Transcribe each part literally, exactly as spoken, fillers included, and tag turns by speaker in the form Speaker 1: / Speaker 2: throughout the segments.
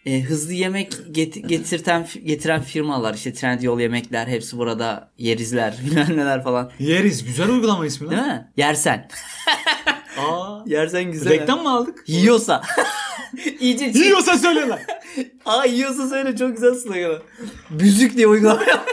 Speaker 1: e, hızlı yemek get- getirten getiren firmalar işte Trendyol yemekler hepsi burada yerizler bilmem neler falan.
Speaker 2: Yeriz güzel uygulama ismi lan.
Speaker 1: Değil mi? Yersen.
Speaker 2: Aa.
Speaker 1: Yersen güzel.
Speaker 2: Reklam mı aldık?
Speaker 1: Yiyorsa. İyice
Speaker 2: Yiyorsa söyle lan.
Speaker 1: Aa yiyorsa söyle çok güzel slogan. Büzük diye uygulama yap.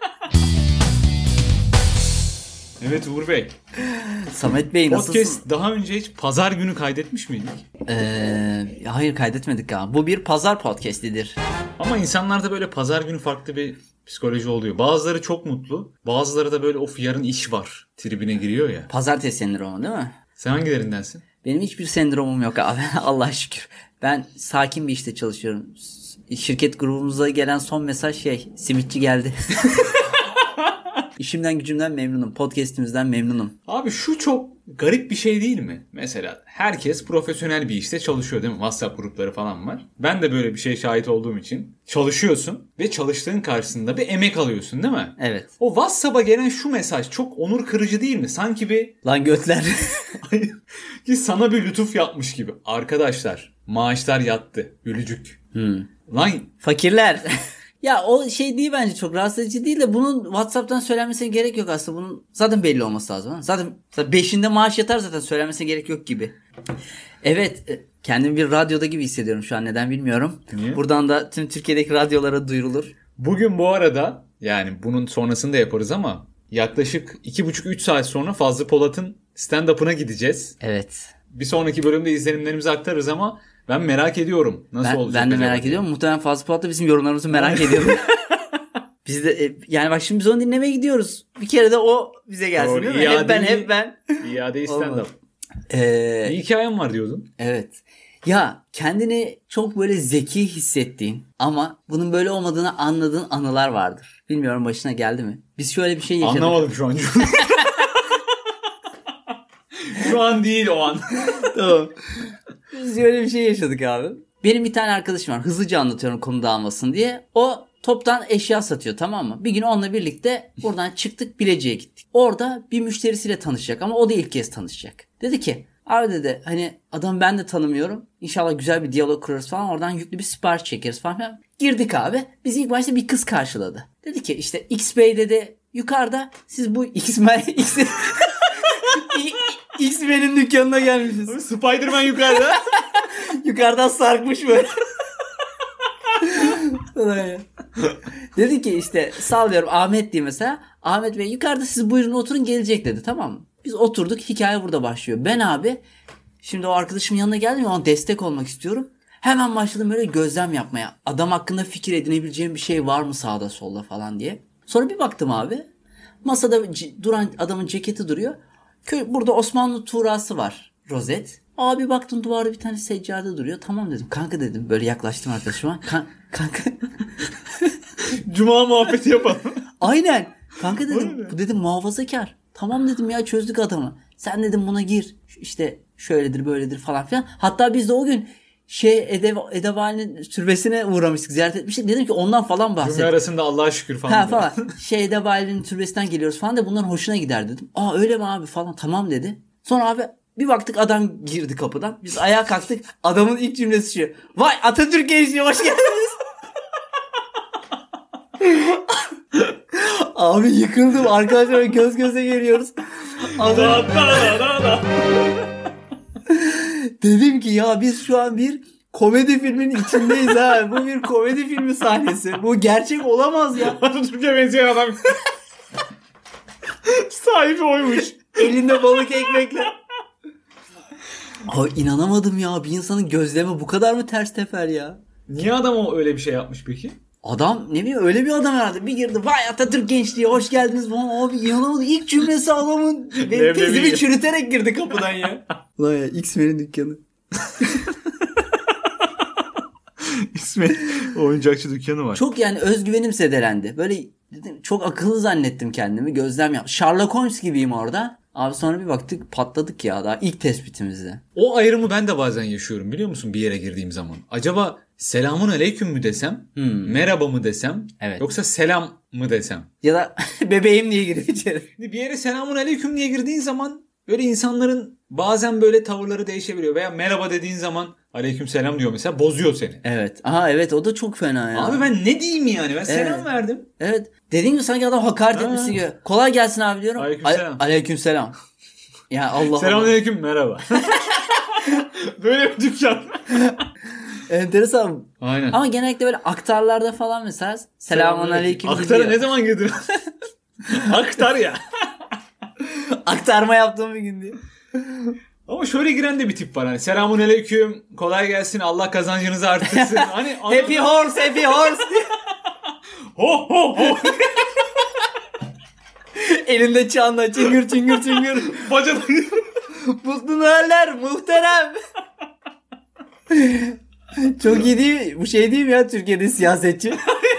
Speaker 2: Evet Uğur Bey.
Speaker 1: Samet Bey nasılsın?
Speaker 2: Podcast daha önce hiç pazar günü kaydetmiş miydik?
Speaker 1: Ee, hayır kaydetmedik ya. Bu bir pazar podcastidir.
Speaker 2: Ama insanlarda böyle pazar günü farklı bir psikoloji oluyor. Bazıları çok mutlu. Bazıları da böyle of yarın iş var tribine giriyor ya.
Speaker 1: Pazartesi sendromu değil mi?
Speaker 2: Sen hangilerindensin?
Speaker 1: Benim hiçbir sendromum yok abi. Allah'a şükür. Ben sakin bir işte çalışıyorum. Şirket grubumuza gelen son mesaj şey. Simitçi geldi. İşimden gücümden memnunum. Podcast'imizden memnunum.
Speaker 2: Abi şu çok garip bir şey değil mi? Mesela herkes profesyonel bir işte çalışıyor değil mi? WhatsApp grupları falan var. Ben de böyle bir şeye şahit olduğum için. Çalışıyorsun ve çalıştığın karşısında bir emek alıyorsun değil mi?
Speaker 1: Evet.
Speaker 2: O WhatsApp'a gelen şu mesaj çok onur kırıcı değil mi? Sanki bir...
Speaker 1: Lan götler.
Speaker 2: Ki sana bir lütuf yapmış gibi. Arkadaşlar maaşlar yattı. Gülücük.
Speaker 1: Hmm.
Speaker 2: Lan...
Speaker 1: Fakirler. Ya o şey değil bence çok rahatsız edici değil de bunun WhatsApp'tan söylenmesine gerek yok aslında. Bunun zaten belli olması lazım. Ha? Zaten beşinde maaş yatar zaten söylenmesine gerek yok gibi. Evet kendimi bir radyoda gibi hissediyorum şu an neden bilmiyorum.
Speaker 2: Niye?
Speaker 1: Buradan da tüm Türkiye'deki radyolara duyurulur.
Speaker 2: Bugün bu arada yani bunun sonrasını da yaparız ama yaklaşık iki buçuk üç saat sonra Fazlı Polat'ın stand-up'ına gideceğiz.
Speaker 1: Evet.
Speaker 2: Bir sonraki bölümde izlenimlerimizi aktarırız ama ben merak ediyorum. Nasıl
Speaker 1: ben,
Speaker 2: olacak?
Speaker 1: Ben de merak diye. ediyorum. Muhtemelen Fazlı Polat da bizim yorumlarımızı merak ediyor. Biz de yani bak şimdi biz onu dinlemeye gidiyoruz. Bir kere de o bize gelsin Doğru, değil mi? Hep ben hep ben.
Speaker 2: İade stand-up.
Speaker 1: Ee,
Speaker 2: bir hikayem var diyordun.
Speaker 1: Evet. Ya kendini çok böyle zeki hissettiğin ama bunun böyle olmadığını anladığın anılar vardır. Bilmiyorum başına geldi mi? Biz şöyle bir şey yaşadık.
Speaker 2: Anlamadım şu an. Şu an değil o an.
Speaker 1: Tamam. Biz şöyle bir şey yaşadık abi. Benim bir tane arkadaşım var. Hızlıca anlatıyorum konu dağılmasın diye. O toptan eşya satıyor tamam mı? Bir gün onunla birlikte buradan çıktık Bilecik'e gittik. Orada bir müşterisiyle tanışacak ama o da ilk kez tanışacak. Dedi ki abi dedi hani adamı ben de tanımıyorum. İnşallah güzel bir diyalog kurarız falan. Oradan yüklü bir sipariş çekeriz falan. Girdik abi. Bizi ilk başta bir kız karşıladı. Dedi ki işte X Bey dedi yukarıda siz bu X-Men X X-Men'in dükkanına gelmişiz.
Speaker 2: Spider-Man yukarıda.
Speaker 1: Yukarıdan sarkmış böyle. Dedi ki işte sallıyorum Ahmet diye mesela. Ahmet Bey yukarıda siz buyurun oturun gelecek dedi tamam mı? Biz oturduk hikaye burada başlıyor. Ben abi şimdi o arkadaşımın yanına geldim ya ona destek olmak istiyorum. Hemen başladım böyle gözlem yapmaya. Adam hakkında fikir edinebileceğim bir şey var mı sağda solda falan diye. Sonra bir baktım abi. Masada c- duran adamın ceketi duruyor. Burada Osmanlı tuğrası var. Rozet. Abi baktım duvarda bir tane seccade duruyor. Tamam dedim. Kanka dedim. Böyle yaklaştım arkadaşıma. Kan- kanka.
Speaker 2: Cuma muhabbeti yapalım.
Speaker 1: Aynen. Kanka dedim. Bu dedim muhafazakar. Tamam dedim ya çözdük adamı. Sen dedim buna gir. İşte şöyledir böyledir falan filan. Hatta biz de o gün şey Edev Edevali'nin türbesine uğramıştık. Ziyaret etmiştik. Dedim ki ondan falan bahset.
Speaker 2: Cümle arasında Allah'a şükür falan.
Speaker 1: Ha falan. Şey Edevali'nin türbesinden geliyoruz falan da bunların hoşuna gider dedim. Aa öyle mi abi falan tamam dedi. Sonra abi bir baktık adam girdi kapıdan. Biz ayağa kalktık. Adamın ilk cümlesi şu. Vay Atatürk gençliği hoş geldiniz. Abi yıkıldım. Arkadaşlar göz göze geliyoruz.
Speaker 2: Da, da, da, da, da.
Speaker 1: Dedim ki ya biz şu an bir komedi filminin içindeyiz ha. Bu bir komedi filmi sahnesi. Bu gerçek olamaz ya.
Speaker 2: Atatürk'e benzeyen adam. Sahibi oymuş.
Speaker 1: Elinde balık ekmekle. Abi inanamadım ya. Bir insanın gözlemi bu kadar mı ters teper ya?
Speaker 2: Niye adam o öyle bir şey yapmış peki?
Speaker 1: Adam ne bileyim öyle bir adam herhalde. Bir girdi vay Atatürk gençliği hoş geldiniz falan. Abi inanamadım. İlk cümlesi adamın benim tezimi çürüterek girdi kapıdan ya. Ulan ya X-Men'in dükkanı.
Speaker 2: X-Men oyuncakçı dükkanı var.
Speaker 1: Çok yani özgüvenim zedelendi. Böyle dedim, çok akıllı zannettim kendimi. Gözlem yap. Sherlock Holmes gibiyim orada. Abi sonra bir baktık patladık ya daha ilk tespitimizde.
Speaker 2: O ayrımı ben de bazen yaşıyorum biliyor musun bir yere girdiğim zaman. Acaba selamun aleyküm mü desem, hmm. merhaba mı desem, evet. Yoksa selam mı desem?
Speaker 1: Ya da bebeğim diye girip içeri.
Speaker 2: Bir yere selamun aleyküm diye girdiğin zaman böyle insanların bazen böyle tavırları değişebiliyor. Veya merhaba dediğin zaman aleykümselam diyor mesela, bozuyor seni.
Speaker 1: Evet. Aha evet, o da çok fena ya.
Speaker 2: Abi ben ne diyeyim yani? Ben selam
Speaker 1: Evet.
Speaker 2: verdim.
Speaker 1: Evet. Dediğin gibi sanki adam hakaret etmişsin gibi. Kolay gelsin abi diyorum.
Speaker 2: Aleykümselam.
Speaker 1: Ale- aleykümselam. Ya Allah Allah.
Speaker 2: Selamünaleyküm, merhaba. Böyle bir dükkan.
Speaker 1: Enteresan.
Speaker 2: Aynen.
Speaker 1: Ama genellikle böyle aktarlarda falan mesela selamun aleyküm
Speaker 2: Aktara
Speaker 1: gidiyor.
Speaker 2: ne zaman girdin? Aktar ya.
Speaker 1: Aktarma yaptığım bir gün diye.
Speaker 2: Ama şöyle giren de bir tip var hani, selamun aleyküm, kolay gelsin, Allah kazancınızı arttırsın. Hani
Speaker 1: Happy horse, happy horse diye.
Speaker 2: ho ho ho.
Speaker 1: Elinde çanla çıngır çıngır çıngır.
Speaker 2: Bacada.
Speaker 1: Mutlu Noeller muhterem. Çok iyi değil mi? Bu şey değil mi ya, Türkiye'de siyasetçi?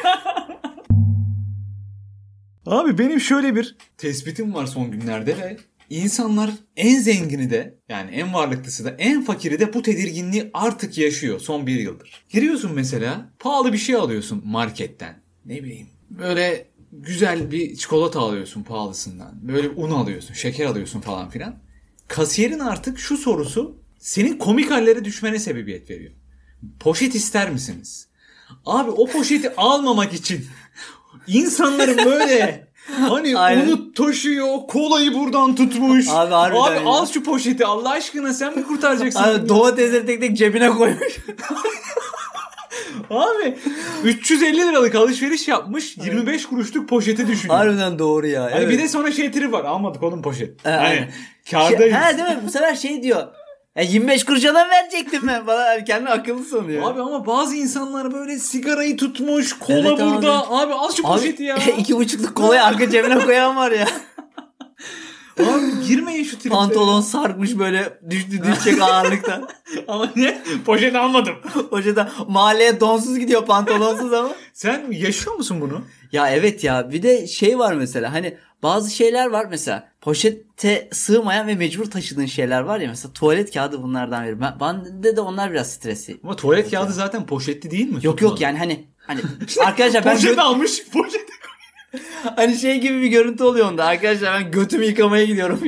Speaker 2: Abi benim şöyle bir tespitim var son günlerde ve insanlar en zengini de, yani en varlıklısı da en fakiri de bu tedirginliği artık yaşıyor son bir yıldır. Giriyorsun mesela, pahalı bir şey alıyorsun marketten. Ne bileyim, böyle güzel bir çikolata alıyorsun pahalısından. Böyle un alıyorsun, şeker alıyorsun falan filan. Kasiyerin artık şu sorusu senin komik hallere düşmene sebebiyet veriyor. Poşet ister misiniz? Abi o poşeti almamak için insanların böyle hani
Speaker 1: Aynen.
Speaker 2: onu taşıyor, kolayı buradan tutmuş.
Speaker 1: Abi harbiden
Speaker 2: Abi
Speaker 1: ya.
Speaker 2: al şu poşeti Allah aşkına, sen mi kurtaracaksın?
Speaker 1: Abi domatesleri tek tek cebine koymuş.
Speaker 2: Abi üç yüz elli liralık alışveriş yapmış, yirmi beş kuruşluk poşeti düşünüyor.
Speaker 1: Harbiden doğru ya.
Speaker 2: Hani
Speaker 1: Evet.
Speaker 2: bir de sonra şey trip var, almadık oğlum poşet.
Speaker 1: He,
Speaker 2: hani
Speaker 1: aynen.
Speaker 2: kârdayız.
Speaker 1: He değil mi? Bu sefer şey diyor. Ya yirmi beş kuruşa da verecektim ben. Bana kendi akıllı sanıyor.
Speaker 2: Abi ama bazı insanlar böyle sigarayı tutmuş, kola
Speaker 1: Evet abi.
Speaker 2: burada. Abi, al şu poşeti ya.
Speaker 1: iki buçukluk kolayı arka cebine koyan var ya.
Speaker 2: Abi girmeyin şu triplere.
Speaker 1: Pantolon sarkmış böyle, düştü düşecek ağırlıktan.
Speaker 2: Ama niye? Poşet almadım.
Speaker 1: Hoca da mahalleye donsuz gidiyor, pantolonsuz ama.
Speaker 2: Sen yaşıyor musun bunu?
Speaker 1: Ya evet ya, bir de şey var mesela, hani bazı şeyler var mesela, poşete sığmayan ve mecbur taşıdığın şeyler var ya, mesela tuvalet kağıdı bunlardan biri. Ben, bende de onlar biraz stresli.
Speaker 2: Ama tuvalet kağıdı zaten poşetli değil mi?
Speaker 1: Yok
Speaker 2: Tutmadı.
Speaker 1: yok yani hani hani arkadaşlar ben
Speaker 2: Poşet
Speaker 1: gö-
Speaker 2: almış, poşet.
Speaker 1: hani şey gibi bir görüntü oluyor onda. Arkadaşlar ben götümü yıkamaya gidiyorum.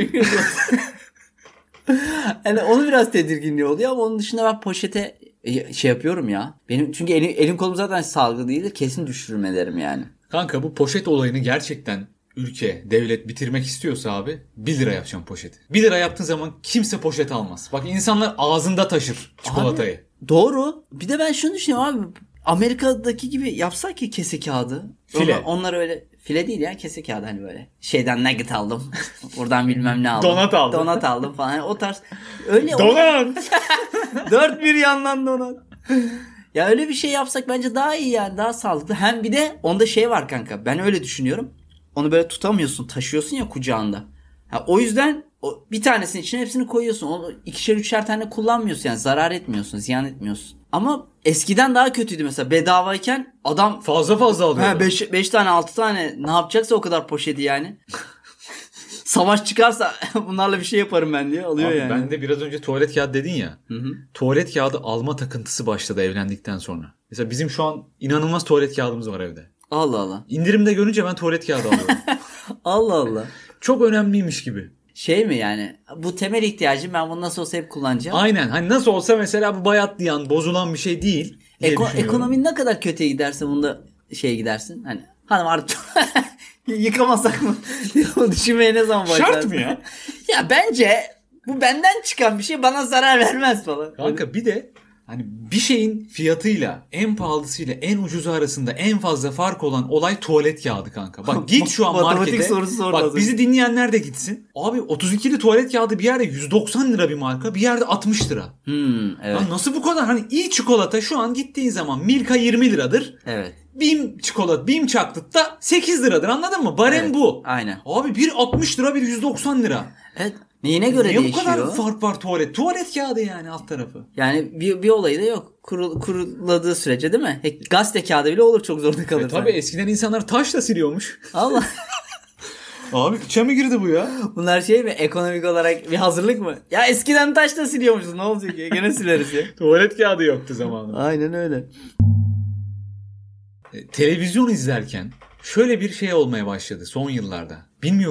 Speaker 1: Yani onu biraz tedirginliği oluyor ama onun dışında ben poşete e, şey yapıyorum ya. Benim çünkü elim, elim kolum zaten sağlıklı değildir. Kesin düşürürüm ederim yani.
Speaker 2: Kanka bu poşet olayını gerçekten ülke, devlet bitirmek istiyorsa abi bir lira yapacağım poşeti. bir lira yaptığın zaman kimse poşet almaz. Bak insanlar ağzında taşır çikolatayı.
Speaker 1: Abi, doğru. Bir de ben şunu düşünüyorum abi. Amerika'daki gibi yapsak ki kese kağıdı.
Speaker 2: File.
Speaker 1: Onlar, onlar öyle file değil ya, kese kağıdı hani böyle. Şeyden nugget aldım. Buradan bilmem ne aldım.
Speaker 2: Donat aldım.
Speaker 1: Donat aldım falan. Yani o tarz. Öyle
Speaker 2: Donat!
Speaker 1: Dört bir yandan donat. Ya öyle bir şey yapsak bence daha iyi yani, daha sağlıklı. Hem bir de onda şey var kanka. Ben öyle düşünüyorum. Onu böyle tutamıyorsun, taşıyorsun ya kucağında. Ha, o yüzden o, bir tanesinin içine hepsini koyuyorsun. Onu ikişer üçer tane kullanmıyorsun yani, zarar etmiyorsun, ziyan etmiyorsun. Ama eskiden daha kötüydü mesela, bedavayken adam
Speaker 2: Fazla fazla alıyor.
Speaker 1: beş tane altı tane ne yapacaksa o kadar poşeti yani. Savaş çıkarsa bunlarla bir şey yaparım ben diye alıyor
Speaker 2: Abi
Speaker 1: yani.
Speaker 2: ben de biraz önce tuvalet kağıdı dedin ya.
Speaker 1: Hı hı.
Speaker 2: Tuvalet kağıdı alma takıntısı başladı evlendikten sonra. Mesela bizim şu an inanılmaz tuvalet kağıdımız var evde.
Speaker 1: Allah Allah.
Speaker 2: İndirimde görünce ben tuvalet kağıdı alıyorum.
Speaker 1: Allah Allah.
Speaker 2: Çok önemliymiş gibi.
Speaker 1: Şey mi yani, bu temel ihtiyacım, ben bunu nasıl olsa hep kullanacağım.
Speaker 2: Aynen. Hani nasıl olsa mesela bu bayatlayan, bozulan bir şey değil diye
Speaker 1: Eko,
Speaker 2: düşünüyorum.
Speaker 1: ekonomin ne kadar kötüye giderse bunda şey gidersin. Hani hanım artık yıkamasak mı? O düşünmeye ne zaman başlarsın?
Speaker 2: Şart mı ya?
Speaker 1: Ya bence bu benden çıkan bir şey, bana zarar vermez falan.
Speaker 2: Kanka bir de hani bir şeyin fiyatıyla en pahalısıyla en ucuzu arasında en fazla fark olan olay tuvalet kağıdı kanka. Bak git şu an
Speaker 1: Matematik
Speaker 2: markete.
Speaker 1: sorusu sordu az
Speaker 2: Bak
Speaker 1: önce.
Speaker 2: bizi dinleyenler de gitsin. Abi otuz ikili tuvalet kağıdı bir yerde yüz doksan lira bir marka, bir yerde altmış lira.
Speaker 1: Hmm, evet.
Speaker 2: Lan nasıl bu kadar? Hani iyi çikolata şu an gittiğin zaman Milka yirmi liradır.
Speaker 1: Evet.
Speaker 2: Bim çikolata, Bim Chocolate sekiz liradır, anladın mı? Barem
Speaker 1: Evet,
Speaker 2: bu.
Speaker 1: aynen.
Speaker 2: Abi bir altmış lira, bir yüz doksan lira.
Speaker 1: Evet. Neyine göre
Speaker 2: Niye bu
Speaker 1: değişiyor?
Speaker 2: kadar fark var tuvalet? Tuvalet kağıdı yani alt tarafı.
Speaker 1: Yani bir, bir olayı da yok. Kurul, kuruladığı sürece değil mi? He, gazete kağıdı bile olur çok zorunda
Speaker 2: E
Speaker 1: kalırsan.
Speaker 2: tabii eskiden insanlar taşla siliyormuş.
Speaker 1: Allah.
Speaker 2: Abi içe mi girdi bu ya?
Speaker 1: Bunlar şey mi? Ekonomik olarak bir hazırlık mı? Ya eskiden taşla siliyormuşuz. Ne olacak ya? Gene sileriz ya.
Speaker 2: Tuvalet kağıdı yoktu zamanında.
Speaker 1: Aynen öyle.
Speaker 2: E, televizyon izlerken şöyle bir şey olmaya başladı son yıllarda. Bilmiyorum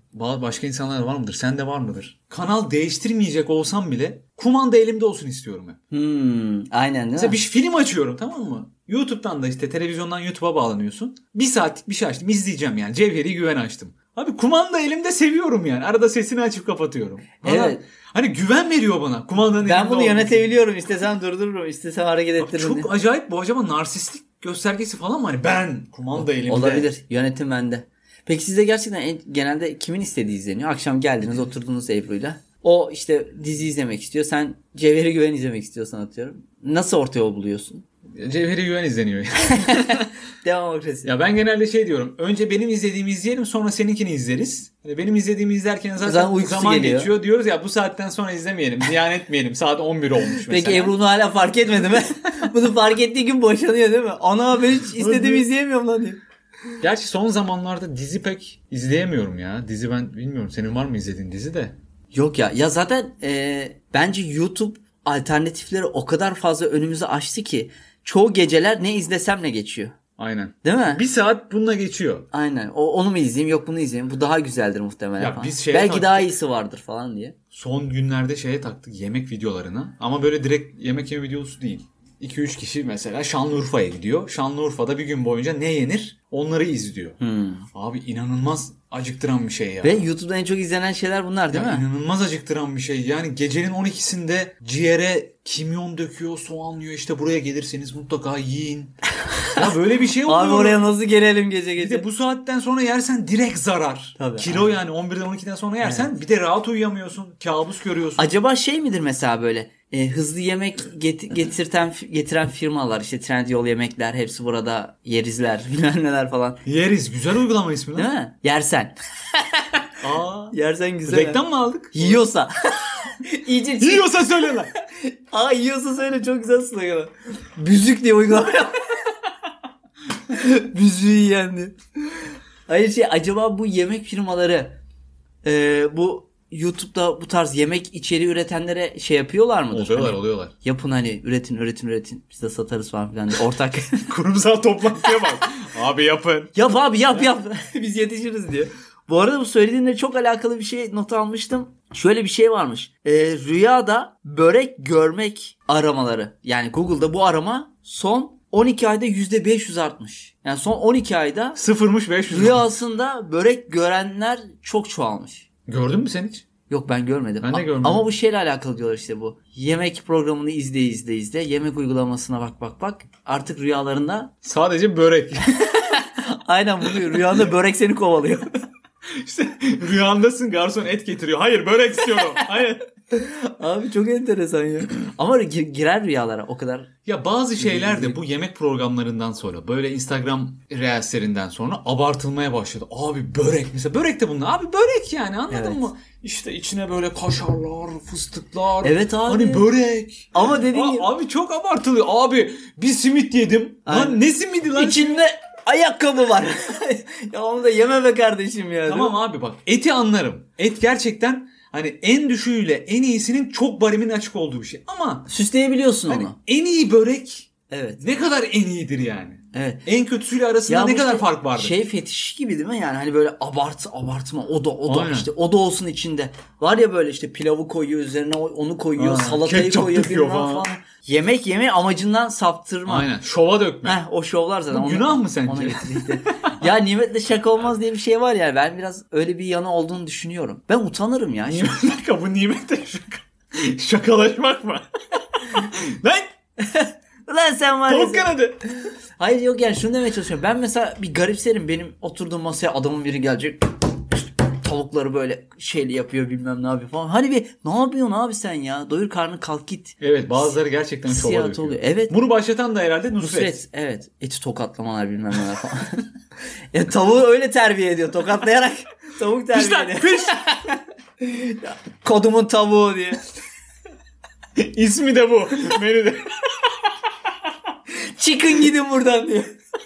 Speaker 2: başka insanlar var mıdır? Sende var mıdır? Kanal değiştirmeyecek olsam bile kumanda elimde olsun istiyorum hep.
Speaker 1: Hmm, aynen değil
Speaker 2: Mesela
Speaker 1: mi?
Speaker 2: bir film açıyorum, tamam mı? YouTube'dan da işte televizyondan YouTube'a bağlanıyorsun. Bir saatlik bir şey açtım, izleyeceğim yani. Cevheri Güven açtım. Abi kumanda elimde seviyorum yani. Arada sesini açıp kapatıyorum. Bana,
Speaker 1: Evet.
Speaker 2: Hani güven veriyor bana kumandanın
Speaker 1: Ben
Speaker 2: elimde
Speaker 1: bunu
Speaker 2: olması.
Speaker 1: yönetebiliyorum. İstesem durdururum, istesem hareket
Speaker 2: Abi
Speaker 1: ettiririm diye.
Speaker 2: çok acayip, bu acaba narsistik göstergesi falan mı? Hani ben kumanda elimde.
Speaker 1: Olabilir. Yönetim bende. Peki sizde gerçekten en, genelde kimin istediği izleniyor? Akşam geldiniz, oturdunuz Ebru'yla. O işte dizi izlemek istiyor. Sen Cevheri Güven izlemek istiyorsan atıyorum. Nasıl orta yol buluyorsun?
Speaker 2: Cevheri Güven izleniyor.
Speaker 1: Demokrasi.
Speaker 2: Ya ben genelde şey diyorum. Önce benim izlediğimi izleyelim, sonra seninkini izleriz. Hani benim izlediğimi izlerken zaten,
Speaker 1: Zaten uykusu
Speaker 2: zaman
Speaker 1: geliyor.
Speaker 2: geçiyor. Diyoruz ya bu saatten sonra izlemeyelim. Ziyan etmeyelim. Saat on bir olmuş mesela.
Speaker 1: Peki Ebru bunu hala fark etmedi mi? Bunu fark ettiği gün boşanıyor değil mi? Ana ben hiç istediğimi izleyemiyorum lan diyor.
Speaker 2: Gerçi son zamanlarda dizi pek izleyemiyorum ya. Dizi ben bilmiyorum. Senin var mı izlediğin dizi de?
Speaker 1: Yok ya. Ya zaten e, bence YouTube alternatifleri o kadar fazla önümüze açtı ki çoğu geceler ne izlesem ne geçiyor.
Speaker 2: Aynen.
Speaker 1: Değil mi?
Speaker 2: Bir saat bununla geçiyor.
Speaker 1: Aynen. O, onu mu izleyeyim, yok bunu izleyeyim. Bu daha güzeldir muhtemelen
Speaker 2: Ya
Speaker 1: falan.
Speaker 2: biz şeye
Speaker 1: Belki
Speaker 2: taktık.
Speaker 1: daha iyisi vardır falan diye.
Speaker 2: Son günlerde şeye taktık, yemek videolarına. Ama böyle direkt yemek yeme videosu değil. iki üç kişi mesela Şanlıurfa'ya gidiyor. Şanlıurfa'da bir gün boyunca ne yenir? Onları izliyor.
Speaker 1: Hmm.
Speaker 2: Abi inanılmaz acıktıran bir şey ya.
Speaker 1: Ve YouTube'da en çok izlenen şeyler bunlar değil
Speaker 2: Ya
Speaker 1: mi?
Speaker 2: İnanılmaz acıktıran bir şey. Yani gecenin on ikisinde ciğere kimyon döküyor, soğan yiyor. İşte buraya gelirseniz mutlaka yiyin. Ya böyle bir şey oluyor.
Speaker 1: Abi oraya nasıl gelelim gece
Speaker 2: Bir
Speaker 1: gece?
Speaker 2: de bu saatten sonra yersen direkt zarar.
Speaker 1: Tabii,
Speaker 2: Kilo
Speaker 1: aynen.
Speaker 2: yani on birden on ikiden sonra yersen bir de rahat uyuyamıyorsun. Kabus görüyorsun.
Speaker 1: Acaba şey midir mesela böyle e, hızlı yemek get- getirten getiren firmalar işte Trendyol yemekler hepsi burada yerizler bilmem neler falan
Speaker 2: Yeriz. Güzel uygulama ismi
Speaker 1: değil
Speaker 2: lan.
Speaker 1: mi? Yersen.
Speaker 2: Aa,
Speaker 1: Yersen güzel.
Speaker 2: reklam mı aldık?
Speaker 1: Yiyorsa. İyice çek.
Speaker 2: Yiyorsa söyle lan.
Speaker 1: Aa yiyorsa söyle çok güzel slogan. Büzük diye uygulama yap. Büzüğü yiyen diye. Hayır şey acaba bu yemek firmaları e, bu YouTube'da bu tarz yemek içeriği üretenlere şey yapıyorlar mıdır?
Speaker 2: Oluyorlar
Speaker 1: Hani,
Speaker 2: oluyorlar.
Speaker 1: yapın hani üretin üretin üretin biz de satarız falan filan diye. Ortak.
Speaker 2: Kurumsal toplantıya bak. Abi yapın.
Speaker 1: Yap abi yap yap. Biz yetişiriz diyor. Bu arada bu söylediğinle çok alakalı bir şey not almıştım. Şöyle bir şey varmış. Ee, rüyada börek görmek aramaları. Yani Google'da bu arama son on iki ayda yüzde beş yüz artmış. Yani son on iki ayda
Speaker 2: Sıfırmış beş yüz.
Speaker 1: rüyasında börek görenler çok çoğalmış.
Speaker 2: Gördün mü sen hiç?
Speaker 1: Yok ben görmedim.
Speaker 2: Ben de
Speaker 1: A-
Speaker 2: görmedim.
Speaker 1: Ama bu şeyle alakalı diyorlar işte bu. Yemek programını izle izle izle. Yemek uygulamasına bak bak bak. Artık rüyalarında
Speaker 2: Sadece börek.
Speaker 1: aynen bunu rüyanda börek seni kovalıyor.
Speaker 2: İşte rüyandasın, garson et getiriyor. Hayır börek istiyorum. Hayır.
Speaker 1: Abi çok enteresan ya. Ama gi- girer rüyalara o kadar.
Speaker 2: Ya bazı şeyler de bu yemek programlarından sonra, böyle Instagram reelslerinden sonra abartılmaya başladı. Abi börek mesela, börek de bunlar. Abi börek yani, anladın
Speaker 1: Evet.
Speaker 2: mı? İşte içine böyle kaşarlar, fıstıklar.
Speaker 1: Evet abi.
Speaker 2: Hani börek.
Speaker 1: Ama dediğin
Speaker 2: Aa,
Speaker 1: gibi
Speaker 2: abi çok abartılıyor. Abi bir simit yedim.
Speaker 1: Aynen.
Speaker 2: Lan ne simidi lan?
Speaker 1: içinde ayakkabı var. Ya onu da yeme be kardeşim ya.
Speaker 2: Tamam abi bak, eti anlarım. Et gerçekten hani en düşüğüyle en iyisinin çok barimin açık olduğu bir şey. Ama
Speaker 1: Süsleyebiliyorsun
Speaker 2: hani
Speaker 1: onu.
Speaker 2: en iyi börek
Speaker 1: Evet.
Speaker 2: ne kadar en iyidir yani?
Speaker 1: Evet.
Speaker 2: En kötüsüyle arasında ne
Speaker 1: bu
Speaker 2: kadar
Speaker 1: işte
Speaker 2: fark vardır?
Speaker 1: Şey fetişi gibi değil mi yani hani böyle abart abartma o da o da
Speaker 2: Aynen.
Speaker 1: işte o da olsun içinde. Var ya böyle işte pilavı koyuyor üzerine onu koyuyor
Speaker 2: Aynen.
Speaker 1: salatayı
Speaker 2: Ketçap
Speaker 1: koyuyor
Speaker 2: döküyor
Speaker 1: bilmem
Speaker 2: falan.
Speaker 1: falan. Yemek yeme amacından saptırma.
Speaker 2: Aynen. Şova dökme.
Speaker 1: Heh, o şovlar zaten.
Speaker 2: Bu
Speaker 1: Onu-
Speaker 2: günah mı sence?
Speaker 1: Ona getirecekti. Ya nimetle şaka olmaz diye bir şey var ya. Ben biraz öyle bir yanı olduğunu düşünüyorum. Ben utanırım ya. Şimdi,
Speaker 2: Bir dakika, bu nimet de şaka. Şakalaşmak mı? Lan
Speaker 1: Ulan sen var ya.
Speaker 2: tavuk
Speaker 1: sen-
Speaker 2: kanadı.
Speaker 1: Hayır yok yani şunu demeye çalışıyorum. Ben mesela bir garipserim. Benim oturduğum masaya adamın biri gelecek. Tavukları böyle şeyli yapıyor bilmem ne yapıyor falan. Hani bir ne yapıyorsun abi sen ya? Doyur karnını kalk git.
Speaker 2: Evet, bazıları gerçekten şova
Speaker 1: Hissiyat
Speaker 2: döküyor.
Speaker 1: oluyor. Evet.
Speaker 2: Bunu başlatan da herhalde Nusret.
Speaker 1: Nusret. Evet. Eti tokatlamalar bilmem neler falan. ya tavuğu öyle terbiye ediyor. Tokatlayarak tavuk terbiye
Speaker 2: Piş lan
Speaker 1: ediyor.
Speaker 2: piş.
Speaker 1: Kodumun tavuğu diye.
Speaker 2: İsmi de bu menüde.
Speaker 1: Çıkın gidin buradan diye.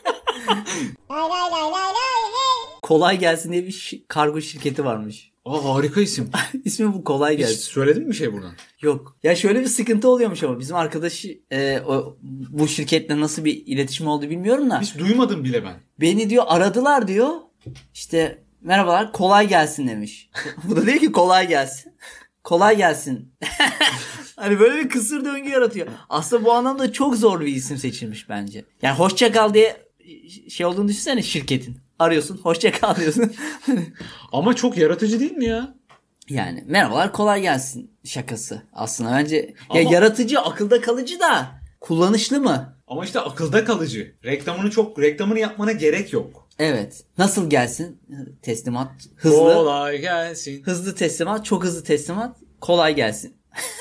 Speaker 1: Kolay gelsin diye bir şi- kargo şirketi varmış.
Speaker 2: Aa, harika isim.
Speaker 1: İsmi bu kolay
Speaker 2: Hiç
Speaker 1: gelsin.
Speaker 2: söyledin mi bir şey buradan?
Speaker 1: Yok. Ya şöyle bir sıkıntı oluyormuş ama bizim arkadaşı e, o, bu şirketle nasıl bir iletişim oldu bilmiyorum da.
Speaker 2: Hiç duymadım bile ben.
Speaker 1: Beni diyor aradılar diyor. İşte merhabalar kolay gelsin demiş. Bu da diyor ki kolay gelsin. Kolay gelsin. Hani böyle bir kısır döngü yaratıyor. Aslında bu anlamda çok zor bir isim seçilmiş bence. Yani hoşça kal diye şey olduğunu düşünsene şirketin. Arıyorsun hoşça kal diyorsun.
Speaker 2: Ama çok yaratıcı değil mi ya?
Speaker 1: Yani merhabalar kolay gelsin şakası. Aslında bence
Speaker 2: Ama...
Speaker 1: ya yaratıcı, akılda kalıcı da kullanışlı mı?
Speaker 2: Ama işte akılda kalıcı. Reklamını çok reklamını yapmana gerek yok.
Speaker 1: Evet. Nasıl gelsin? Teslimat hızlı.
Speaker 2: Kolay gelsin.
Speaker 1: Hızlı teslimat, çok hızlı teslimat. Kolay gelsin.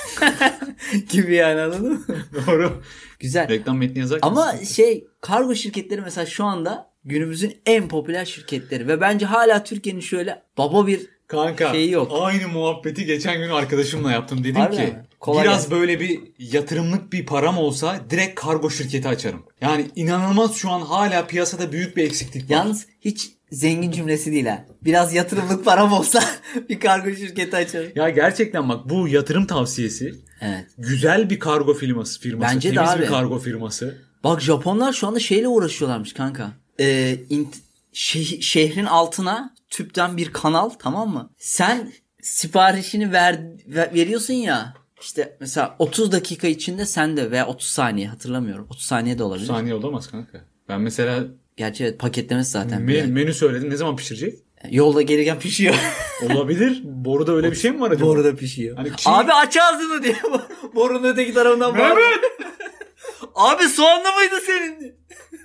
Speaker 1: Gibi yani, anladın mı?
Speaker 2: Doğru.
Speaker 1: Güzel.
Speaker 2: Reklam metni yazarken.
Speaker 1: Ama şey, kargo şirketleri mesela şu anda günümüzün en popüler şirketleri ve bence hala Türkiye'nin şöyle baba bir
Speaker 2: Kanka,
Speaker 1: şeyi yok.
Speaker 2: Aynı muhabbeti geçen gün arkadaşımla yaptım. Dedim
Speaker 1: Harbi
Speaker 2: ki
Speaker 1: mi? Kolay
Speaker 2: biraz
Speaker 1: gelsin.
Speaker 2: böyle bir yatırımlık bir param olsa direkt kargo şirketi açarım. Yani inanılmaz, şu an hala piyasada büyük bir eksiklik var.
Speaker 1: Yalnız hiç zengin cümlesi değil ha. Biraz yatırımlık param olsa bir kargo şirketi açarım.
Speaker 2: Ya gerçekten bak, bu yatırım tavsiyesi.
Speaker 1: Evet.
Speaker 2: Güzel bir kargo firması. firması
Speaker 1: Bence de
Speaker 2: temiz
Speaker 1: abi.
Speaker 2: bir kargo firması.
Speaker 1: Bak Japonlar şu anda şeyle uğraşıyorlarmış kanka. Ee, int- şeh- şehrin altına tüpten bir kanal, tamam mı? Sen siparişini ver, ver- veriyorsun ya. İşte mesela otuz dakika içinde sende veya otuz saniye, hatırlamıyorum. otuz saniye de olabilir.
Speaker 2: otuz saniye olamaz kanka. Ben mesela
Speaker 1: Gerçi evet, paketlemesi zaten.
Speaker 2: me-
Speaker 1: yani.
Speaker 2: menü söyledim. Ne zaman pişirecek?
Speaker 1: Yolda gelirken pişiyor.
Speaker 2: Olabilir. Boruda öyle bir şey mi var acaba?
Speaker 1: Boruda pişiyor.
Speaker 2: Hani çiğ-
Speaker 1: Abi aç ağzını diye borunun öteki tarafından bağırıyor.
Speaker 2: Mehmet!
Speaker 1: Abi soğanlı mıydı senin?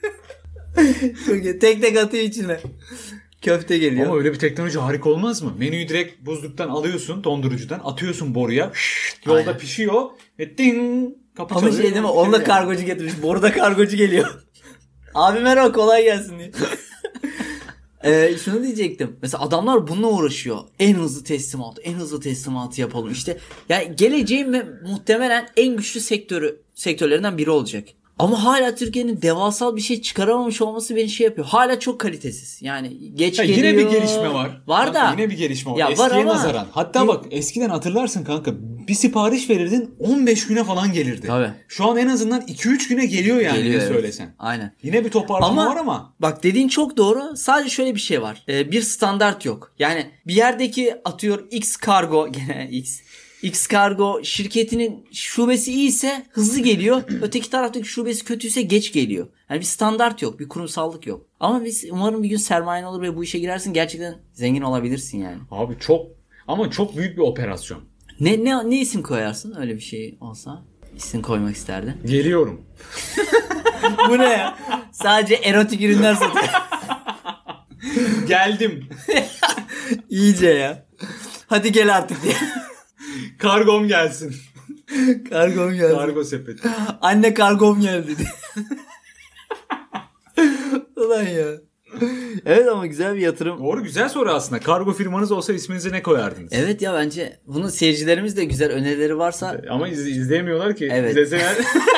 Speaker 1: Çok iyi. Tek tek atıyor içine. Köfte geliyor.
Speaker 2: Ama öyle bir teknoloji harika olmaz mı? Menüyü direkt buzluktan alıyorsun, dondurucudan atıyorsun boruya. Şşt, yolda
Speaker 1: Aynen.
Speaker 2: pişiyor ve ding, kapı
Speaker 1: Ama
Speaker 2: çalıyor.
Speaker 1: şey değil mi?
Speaker 2: Bitiyor
Speaker 1: Onda
Speaker 2: yani.
Speaker 1: kargocu getirmiş. Boruda kargocu geliyor. Abi merhaba, kolay gelsin diye. Ee, şunu diyecektim. Mesela adamlar bununla uğraşıyor. En hızlı teslimat, en hızlı teslimatı yapalım. İşte yani geleceğin ve muhtemelen en güçlü sektörü sektörlerinden biri olacak. Ama hala Türkiye'nin devasal bir şey çıkaramamış olması beni şey yapıyor. Hala çok kalitesiz. Yani geç
Speaker 2: Ya
Speaker 1: geliyor.
Speaker 2: yine bir gelişme var.
Speaker 1: Var
Speaker 2: Kanka,
Speaker 1: da.
Speaker 2: Yine bir gelişme var.
Speaker 1: Ya
Speaker 2: Eskiye
Speaker 1: var ama-
Speaker 2: nazaran. Hatta
Speaker 1: Hı.
Speaker 2: bak, eskiden hatırlarsın kanka, bir sipariş verirdin on beş güne falan gelirdi.
Speaker 1: Tabii.
Speaker 2: Şu an en azından iki üç güne geliyor yani,
Speaker 1: Geliyor,
Speaker 2: ne
Speaker 1: evet.
Speaker 2: söylesen.
Speaker 1: Aynen.
Speaker 2: Yine bir toparlama
Speaker 1: Ama-
Speaker 2: var ama.
Speaker 1: Bak dediğin çok doğru. Sadece şöyle bir şey var. Ee, bir standart yok. Yani bir yerdeki atıyor X kargo gene X. X kargo şirketinin şubesi iyiyse hızlı geliyor. Öteki taraftaki şubesi kötüyse geç geliyor. Yani bir standart yok. Bir kurumsallık yok. Ama biz umarım bir gün sermayen olur ve bu işe girersin. Gerçekten zengin olabilirsin yani.
Speaker 2: Abi çok ama çok büyük bir operasyon.
Speaker 1: Ne ne ne isim koyarsın öyle bir şey olsa? İsim koymak isterdi.
Speaker 2: Geliyorum.
Speaker 1: Bu ne ya? Sadece erotik ürünler satıyor.
Speaker 2: Geldim.
Speaker 1: İyice ya. Hadi gel artık diye.
Speaker 2: Kargom gelsin.
Speaker 1: Kargom geldi.
Speaker 2: Kargo sepeti.
Speaker 1: Anne kargom geldi diye. Ulan ya. Evet ama güzel bir yatırım.
Speaker 2: Doğru, güzel soru aslında. Kargo firmanız olsa isminize ne koyardınız?
Speaker 1: Evet ya, bence bunun seyircilerimiz de güzel önerileri varsa.
Speaker 2: Ama iz- izleyemiyorlar ki.
Speaker 1: Evet.
Speaker 2: İzleseler...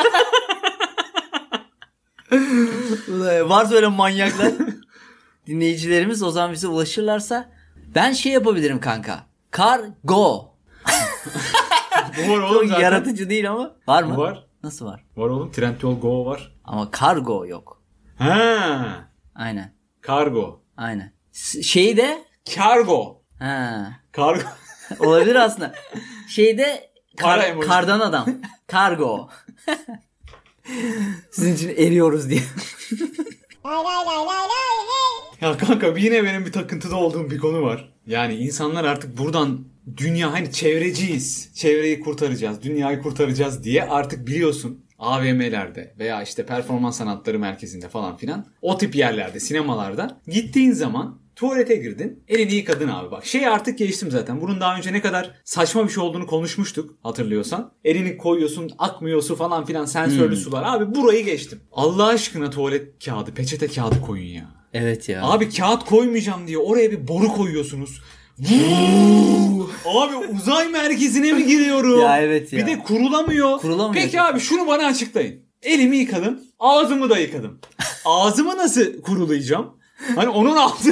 Speaker 1: Ulan ya, varsa öyle manyaklar. Dinleyicilerimiz o zaman bize ulaşırlarsa ben şey yapabilirim kanka. Kargo.
Speaker 2: Bu var oğlum
Speaker 1: Çok
Speaker 2: zaten.
Speaker 1: yaratıcı değil ama. Var mı?
Speaker 2: Var.
Speaker 1: Nasıl var?
Speaker 2: Var oğlum. Trendyol Go var.
Speaker 1: Ama kargo yok.
Speaker 2: Ha.
Speaker 1: Aynen.
Speaker 2: Kargo.
Speaker 1: Aynen. S- Şeyi de
Speaker 2: Kargo.
Speaker 1: ha.
Speaker 2: Kargo.
Speaker 1: Olabilir aslında. Şeyde
Speaker 2: Kara
Speaker 1: kar,
Speaker 2: emoji.
Speaker 1: kardan adam. Kargo. Sizin için eriyoruz diye.
Speaker 2: Ya kanka, bir yine benim bir takıntıda olduğum bir konu var. Yani insanlar artık buradan dünya, hani çevreciyiz, çevreyi kurtaracağız, dünyayı kurtaracağız diye artık biliyorsun A V M'lerde veya işte performans sanatları merkezinde falan filan, o tip yerlerde, sinemalarda gittiğin zaman tuvalete girdin, elini yıkadın abi. Bak şey, artık geçtim zaten. Bunun daha önce ne kadar saçma bir şey olduğunu konuşmuştuk hatırlıyorsan. Elini koyuyorsun, akmıyor su falan filan, sensörlü sular. Abi burayı geçtim. Allah aşkına tuvalet kağıdı, peçete kağıdı koyun ya.
Speaker 1: Evet ya.
Speaker 2: Abi kağıt koymayacağım diye oraya bir boru koyuyorsunuz. Abi uzay merkezine mi giriyorum?
Speaker 1: Ya evet ya.
Speaker 2: Bir de kurulamıyor.
Speaker 1: Kurulamıyor.
Speaker 2: Peki abi şunu bana açıklayın. Elimi yıkadım, ağzımı da yıkadım. Ağzımı nasıl kurulayacağım? Hani onun altına...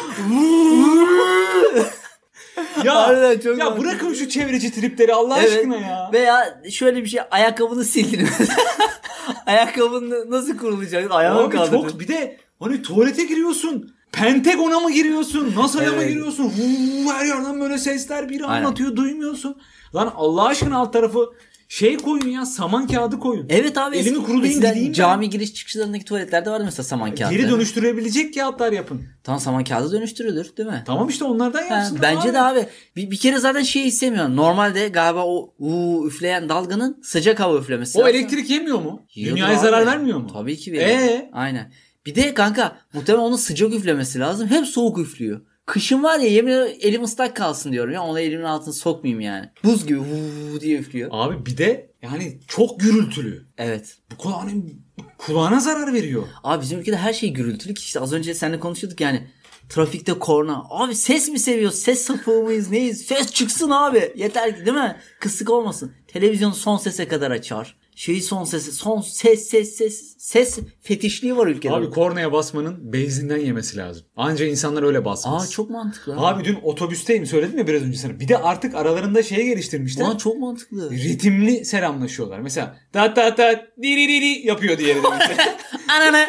Speaker 2: ya
Speaker 1: Harbiden çok
Speaker 2: ya
Speaker 1: mantıklı.
Speaker 2: bırakın şu çevreci tripleri Allah
Speaker 1: Evet.
Speaker 2: aşkına ya.
Speaker 1: Veya şöyle bir şey, ayakkabını sildin. Ayakkabını nasıl kurulacak? Ayağını
Speaker 2: Abi
Speaker 1: kaldırdın.
Speaker 2: çok, bir de hani tuvalete giriyorsun. Pentagon'a mı giriyorsun? NASA'ya
Speaker 1: Evet.
Speaker 2: mı giriyorsun? Vuu, her yerden böyle sesler biri
Speaker 1: Aynen.
Speaker 2: anlatıyor, duymuyorsun. Lan Allah aşkına alt tarafı şey koyun ya, saman kağıdı koyun.
Speaker 1: Evet abi.
Speaker 2: Elimi
Speaker 1: eski-
Speaker 2: kurulayım
Speaker 1: eskiden
Speaker 2: gideyim.
Speaker 1: Cami giriş çıkışlarındaki tuvaletlerde vardı mesela saman kağıdı.
Speaker 2: Geri dönüştürebilecek kağıtlar yapın.
Speaker 1: Tamam, saman kağıdı dönüştürülür değil mi?
Speaker 2: Tamam işte onlardan
Speaker 1: Ha,
Speaker 2: yapsın.
Speaker 1: bence
Speaker 2: abi.
Speaker 1: de abi. Bir, bir kere zaten şey istemiyorum. Normalde galiba o uuu üfleyen dalganın sıcak hava üflemesi.
Speaker 2: O
Speaker 1: lazım.
Speaker 2: elektrik yemiyor mu?
Speaker 1: Yiyordur
Speaker 2: Dünyaya
Speaker 1: abi.
Speaker 2: zarar vermiyor mu?
Speaker 1: Tabii ki veriyor.
Speaker 2: Ee?
Speaker 1: Aynen. Bir de kanka muhtemelen onun sıcak üflemesi lazım. Hep soğuk üflüyor. Kışın var ya, yemin ederim elim ıslak kalsın diyorum ya. Onu elimin altına sokmayayım yani. Buz gibi vuu diye üflüyor.
Speaker 2: Abi bir de yani çok gürültülü.
Speaker 1: Evet.
Speaker 2: Bu kulağına, kulağına zarar veriyor.
Speaker 1: Abi bizim ülkede her şey gürültülü ki işte az önce seninle konuşuyorduk yani. Trafikte korna. Abi ses mi seviyoruz? Ses sapığı mıyız? Neyiz? Ses çıksın abi. Yeter ki değil mi? Kısık olmasın. Televizyonu son sese kadar açar. Şeyi son sesi. Son ses ses ses. Ses fetişliği var ülkede.
Speaker 2: Abi kornaya basmanın benzinden yemesi lazım. Anca insanlar öyle basmaz.
Speaker 1: Aa çok mantıklı.
Speaker 2: Abi dün otobüsteyim, söyledim ya biraz önce sana. Bir de artık aralarında şey geliştirmişler.
Speaker 1: Ulan çok mantıklı.
Speaker 2: Ritimli selamlaşıyorlar. Mesela ta ta ta diri diri yapıyor diğeri de mesela.
Speaker 1: Ananı.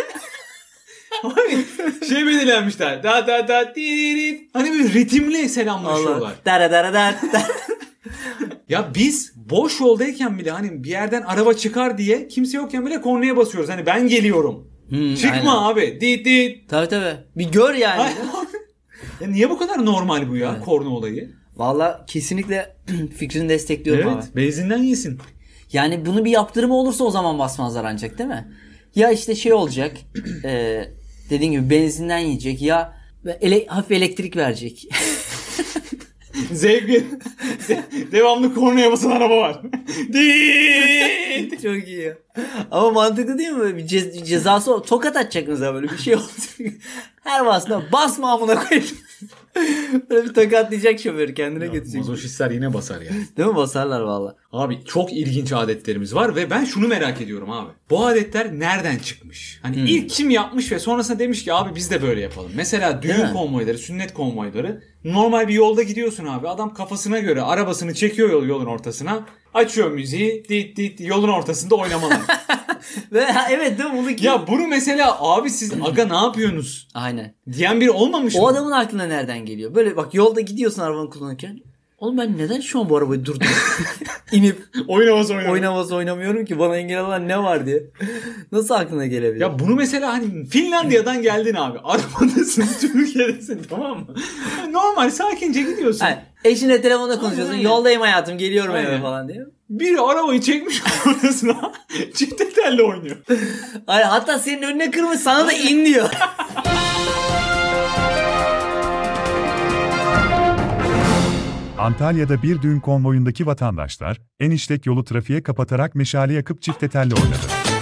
Speaker 2: Abi şey belirlenmişler. Ta ta ta diri. Hani böyle ritimli selamlaşıyorlar.
Speaker 1: Allah. Dara dara dara.
Speaker 2: Ya biz boş yoldayken bile hani bir yerden araba çıkar diye kimse yokken bile kornaya basıyoruz. Hani ben geliyorum.
Speaker 1: Hmm,
Speaker 2: Çıkma
Speaker 1: aynen.
Speaker 2: abi. Dit dit.
Speaker 1: Tabii tabii. Bir gör yani.
Speaker 2: Ay, ya niye bu kadar normal bu ya
Speaker 1: Evet.
Speaker 2: korna olayı?
Speaker 1: Valla kesinlikle fikrini destekliyorum abi.
Speaker 2: Evet, benzinden yesin.
Speaker 1: Yani bunu bir yaptırımı olursa o zaman basmazlar ancak değil mi? Ya işte şey olacak. e, dediğin gibi benzinden yiyecek ya ele, hafif elektrik verecek.
Speaker 2: Zevkli. Devamlı kornaya basan araba var. Dit.
Speaker 1: Çok iyi ya. Ama mantıklı değil mi? Bir ce- cezası ol. Tokat atacak mesela böyle bir şey olacak. Her basına basma amına koyayım. Böyle bir tokatlayacak şoför kendine getirecek.
Speaker 2: Mazoşistler yine basar ya.
Speaker 1: Değil mi? Basarlar valla.
Speaker 2: Abi çok ilginç adetlerimiz var ve ben şunu merak ediyorum abi. Bu adetler nereden çıkmış? Hani
Speaker 1: Hmm.
Speaker 2: ilk kim yapmış ve sonrasında demiş ki abi biz de böyle yapalım. Mesela
Speaker 1: Değil
Speaker 2: düğün
Speaker 1: mi?
Speaker 2: konvoyları, sünnet konvoyları. Normal bir yolda gidiyorsun abi. Adam kafasına göre arabasını çekiyor yol, yolun ortasına. Açıyor müziği. Dit dit yolun ortasında oynamalar.
Speaker 1: Ve ha, evet değil mi? Bunu kim-
Speaker 2: Ya bunu mesela abi siz aga ne yapıyorsunuz
Speaker 1: Aynen.
Speaker 2: diyen biri olmamış
Speaker 1: O
Speaker 2: mı?
Speaker 1: adamın aklına nereden geliyor? Böyle bak yolda gidiyorsun arabanı kullanırken. Oğlum ben neden şu an bu arabayı durdum? İnip
Speaker 2: Oynamaz oynamaz.
Speaker 1: oynamaz oynamıyorum ki, bana engel olan ne var diye. Nasıl aklına gelebilir?
Speaker 2: Ya bunu mesela hani Finlandiya'dan geldin abi. Arabadasın, Türkiye'desin, tamam mı? Normal sakince gidiyorsun.
Speaker 1: Hayır, eşinle telefonda konuşuyorsun.
Speaker 2: Aynen.
Speaker 1: Yoldayım hayatım, geliyorum
Speaker 2: Aynen.
Speaker 1: eve falan diye.
Speaker 2: Biri arabayı çekmiş ortasına çifte telli oynuyor.
Speaker 1: Hayır, hatta senin önüne kırmış, sana da in diyor.
Speaker 3: Antalya'da bir düğün konvoyundaki vatandaşlar en işlek yolu trafiğe kapatarak meşale yakıp çifte telli oynadı.